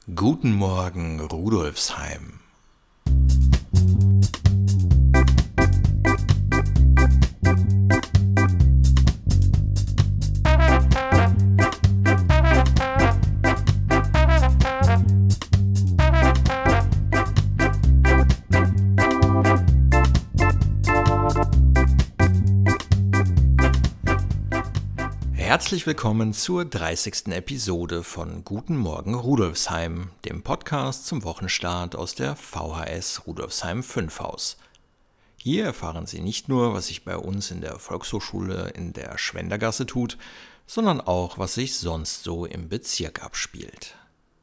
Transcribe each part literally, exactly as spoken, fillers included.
Guten Morgen, Rudolfsheim. Herzlich willkommen zur dreißigsten Episode von Guten Morgen Rudolfsheim, dem Podcast zum Wochenstart aus der V H S Rudolfsheim fünf Haus. Hier erfahren Sie nicht nur, was sich bei uns in der Volkshochschule in der Schwendergasse tut, sondern auch, was sich sonst so im Bezirk abspielt.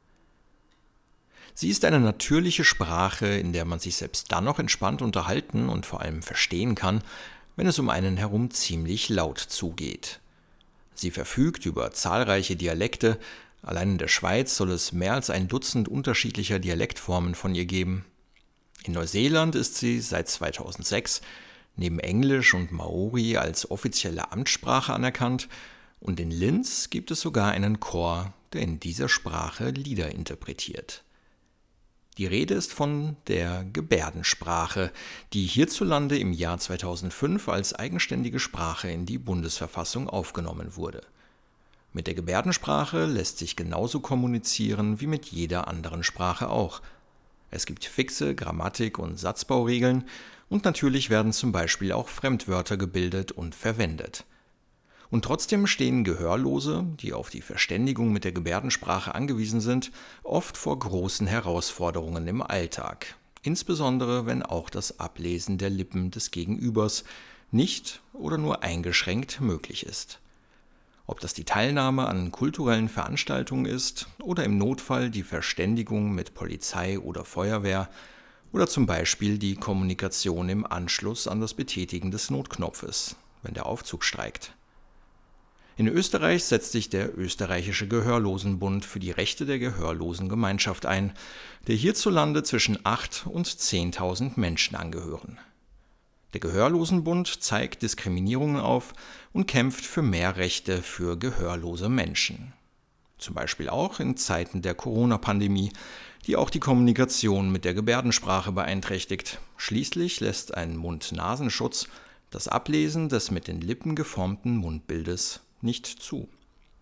Sie ist eine natürliche Sprache, in der man sich selbst dann noch entspannt unterhalten und vor allem verstehen kann, wenn es um einen herum ziemlich laut zugeht. Sie verfügt über zahlreiche Dialekte, allein in der Schweiz soll es mehr als ein Dutzend unterschiedlicher Dialektformen von ihr geben. In Neuseeland ist sie seit zweitausendsechs neben Englisch und Maori als offizielle Amtssprache anerkannt und in Linz gibt es sogar einen Chor, der in dieser Sprache Lieder interpretiert. Die Rede ist von der Gebärdensprache, die hierzulande im Jahr zweitausendfünf als eigenständige Sprache in die Bundesverfassung aufgenommen wurde. Mit der Gebärdensprache lässt sich genauso kommunizieren wie mit jeder anderen Sprache auch. Es gibt fixe Grammatik- und Satzbauregeln und natürlich werden zum Beispiel auch Fremdwörter gebildet und verwendet. Und trotzdem stehen Gehörlose, die auf die Verständigung mit der Gebärdensprache angewiesen sind, oft vor großen Herausforderungen im Alltag, insbesondere wenn auch das Ablesen der Lippen des Gegenübers nicht oder nur eingeschränkt möglich ist. Ob das die Teilnahme an kulturellen Veranstaltungen ist oder im Notfall die Verständigung mit Polizei oder Feuerwehr oder zum Beispiel die Kommunikation im Anschluss an das Betätigen des Notknopfes, wenn der Aufzug streikt. In Österreich setzt sich der Österreichische Gehörlosenbund für die Rechte der Gehörlosengemeinschaft ein, der hierzulande zwischen achttausend und zehntausend Menschen angehören. Der Gehörlosenbund zeigt Diskriminierungen auf und kämpft für mehr Rechte für gehörlose Menschen. Zum Beispiel auch in Zeiten der Corona-Pandemie, die auch die Kommunikation mit der Gebärdensprache beeinträchtigt. Schließlich lässt ein Mund-Nasenschutz das Ablesen des mit den Lippen geformten Mundbildes nicht zu.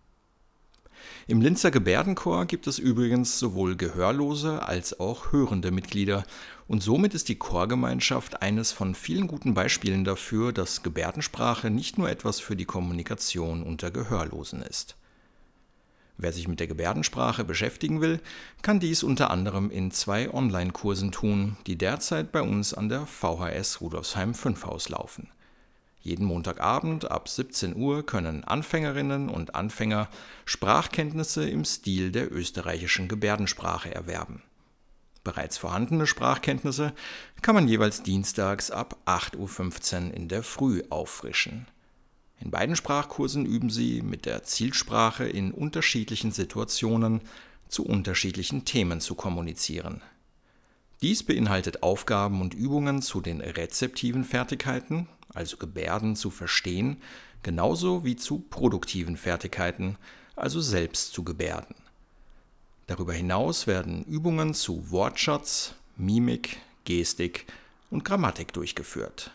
Im Linzer Gebärdenchor gibt es übrigens sowohl gehörlose als auch hörende Mitglieder und somit ist die Chorgemeinschaft eines von vielen guten Beispielen dafür, dass Gebärdensprache nicht nur etwas für die Kommunikation unter Gehörlosen ist. Wer sich mit der Gebärdensprache beschäftigen will, kann dies unter anderem in zwei Online-Kursen tun, die derzeit bei uns an der V H S Rudolfsheim fünf Haus laufen. Jeden Montagabend ab siebzehn Uhr können Anfängerinnen und Anfänger Sprachkenntnisse im Stil der österreichischen Gebärdensprache erwerben. Bereits vorhandene Sprachkenntnisse kann man jeweils dienstags ab acht Uhr fünfzehn in der Früh auffrischen. In beiden Sprachkursen üben Sie mit der Zielsprache in unterschiedlichen Situationen zu unterschiedlichen Themen zu kommunizieren. Dies beinhaltet Aufgaben und Übungen zu den rezeptiven Fertigkeiten, also Gebärden zu verstehen, genauso wie zu produktiven Fertigkeiten, also selbst zu gebärden. Darüber hinaus werden Übungen zu Wortschatz, Mimik, Gestik und Grammatik durchgeführt.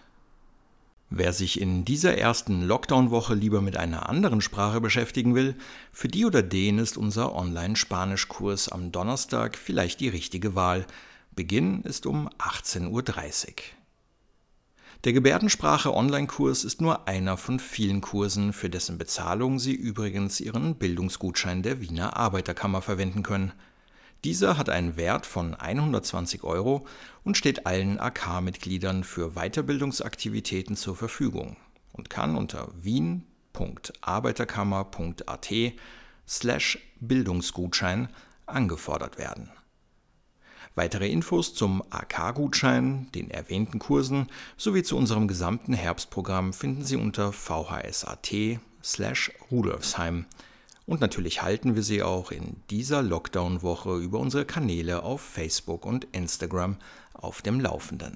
Wer sich in dieser ersten Lockdown-Woche lieber mit einer anderen Sprache beschäftigen will, für die oder den ist unser Online-Spanisch-Kurs am Donnerstag vielleicht die richtige Wahl. Beginn ist um achtzehn Uhr dreißig. Der Gebärdensprache-Online-Kurs ist nur einer von vielen Kursen, für dessen Bezahlung Sie übrigens Ihren Bildungsgutschein der Wiener Arbeiterkammer verwenden können. Dieser hat einen Wert von hundertzwanzig Euro und steht allen A K-Mitgliedern für Weiterbildungsaktivitäten zur Verfügung und kann unter wien punkt arbeiterkammer punkt a t slash Bildungsgutschein angefordert werden. Weitere Infos zum A K-Gutschein, den erwähnten Kursen sowie zu unserem gesamten Herbstprogramm finden Sie unter v h s punkt a t slash Rudolfsheim. Und natürlich halten wir Sie auch in dieser Lockdown-Woche über unsere Kanäle auf Facebook und Instagram auf dem Laufenden.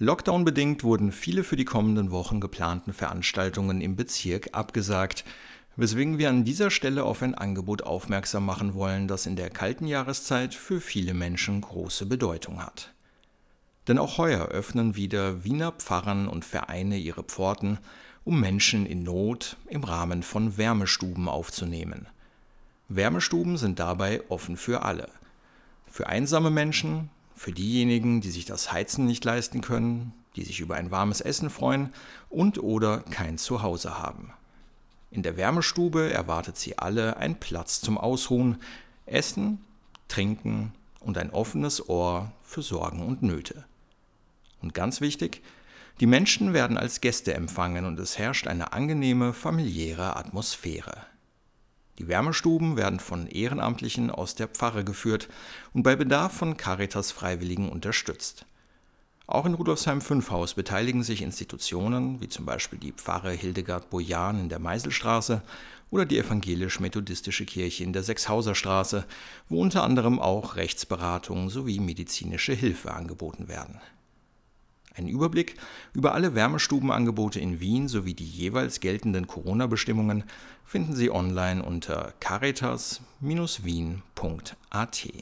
Lockdown-bedingt wurden viele für die kommenden Wochen geplanten Veranstaltungen im Bezirk abgesagt. weswegen wir an dieser Stelle auf ein Angebot aufmerksam machen wollen, das in der kalten Jahreszeit für viele Menschen große Bedeutung hat. Denn auch heuer öffnen wieder Wiener Pfarren und Vereine ihre Pforten, um Menschen in Not im Rahmen von Wärmestuben aufzunehmen. Wärmestuben sind dabei offen für alle. Für einsame Menschen, für diejenigen, die sich das Heizen nicht leisten können, die sich über ein warmes Essen freuen und oder kein Zuhause haben. In der Wärmestube erwartet sie alle ein Platz zum Ausruhen, Essen, Trinken und ein offenes Ohr für Sorgen und Nöte. Und ganz wichtig, die Menschen werden als Gäste empfangen und es herrscht eine angenehme, familiäre Atmosphäre. Die Wärmestuben werden von Ehrenamtlichen aus der Pfarre geführt und bei Bedarf von Caritas-Freiwilligen unterstützt. Auch in Rudolfsheim-Fünfhaus beteiligen sich Institutionen, wie zum Beispiel die Pfarre Hildegard Bojan in der Meiselstraße oder die evangelisch-methodistische Kirche in der Sechshauserstraße, wo unter anderem auch Rechtsberatung sowie medizinische Hilfe angeboten werden. Einen Überblick über alle Wärmestubenangebote in Wien sowie die jeweils geltenden Corona-Bestimmungen finden Sie online unter caritas Bindestrich wien Punkt a t.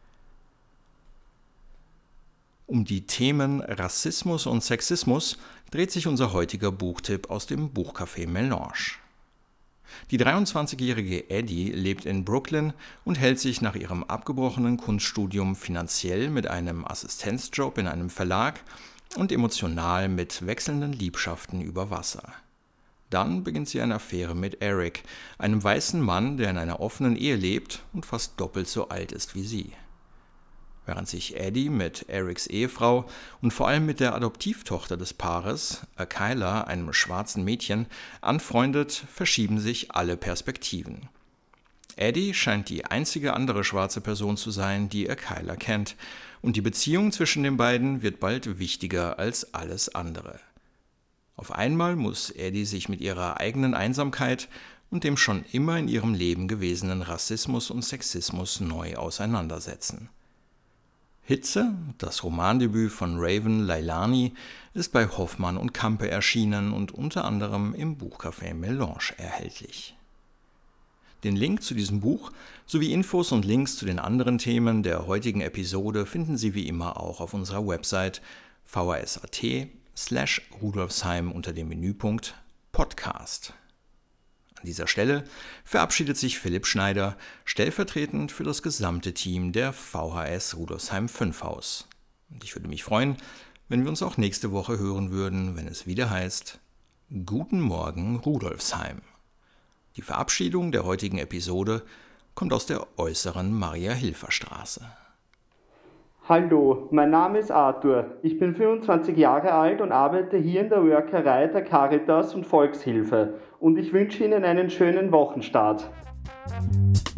Um die Themen Rassismus und Sexismus dreht sich unser heutiger Buchtipp aus dem Buchcafé Melange. Die dreiundzwanzigjährige Eddie lebt in Brooklyn und hält sich nach ihrem abgebrochenen Kunststudium finanziell mit einem Assistenzjob in einem Verlag und emotional mit wechselnden Liebschaften über Wasser. Dann beginnt sie eine Affäre mit Eric, einem weißen Mann, der in einer offenen Ehe lebt und fast doppelt so alt ist wie sie. Während sich Eddie mit Erics Ehefrau und vor allem mit der Adoptivtochter des Paares, Akila, einem schwarzen Mädchen, anfreundet, verschieben sich alle Perspektiven. Eddie scheint die einzige andere schwarze Person zu sein, die Akila kennt, und die Beziehung zwischen den beiden wird bald wichtiger als alles andere. Auf einmal muss Eddie sich mit ihrer eigenen Einsamkeit und dem schon immer in ihrem Leben gewesenen Rassismus und Sexismus neu auseinandersetzen. Hitze, das Romandebüt von Raven Leilani, ist bei Hoffmann und Campe erschienen und unter anderem im Buchcafé Melange erhältlich. Den Link zu diesem Buch sowie Infos und Links zu den anderen Themen der heutigen Episode finden Sie wie immer auch auf unserer Website v h s punkt a t slash rudolfsheim unter dem Menüpunkt Podcast. An dieser Stelle verabschiedet sich Philipp Schneider, stellvertretend für das gesamte Team der V H S Rudolfsheim-Fünfhaus. Und ich würde mich freuen, wenn wir uns auch nächste Woche hören würden, wenn es wieder heißt Guten Morgen Rudolfsheim. Die Verabschiedung der heutigen Episode kommt aus der äußeren Maria-Hilfer-Straße. Hallo, mein Name ist Arthur. Ich bin fünfundzwanzig Jahre alt und arbeite hier in der Workerei der Caritas und Volkshilfe. Und ich wünsche Ihnen einen schönen Wochenstart.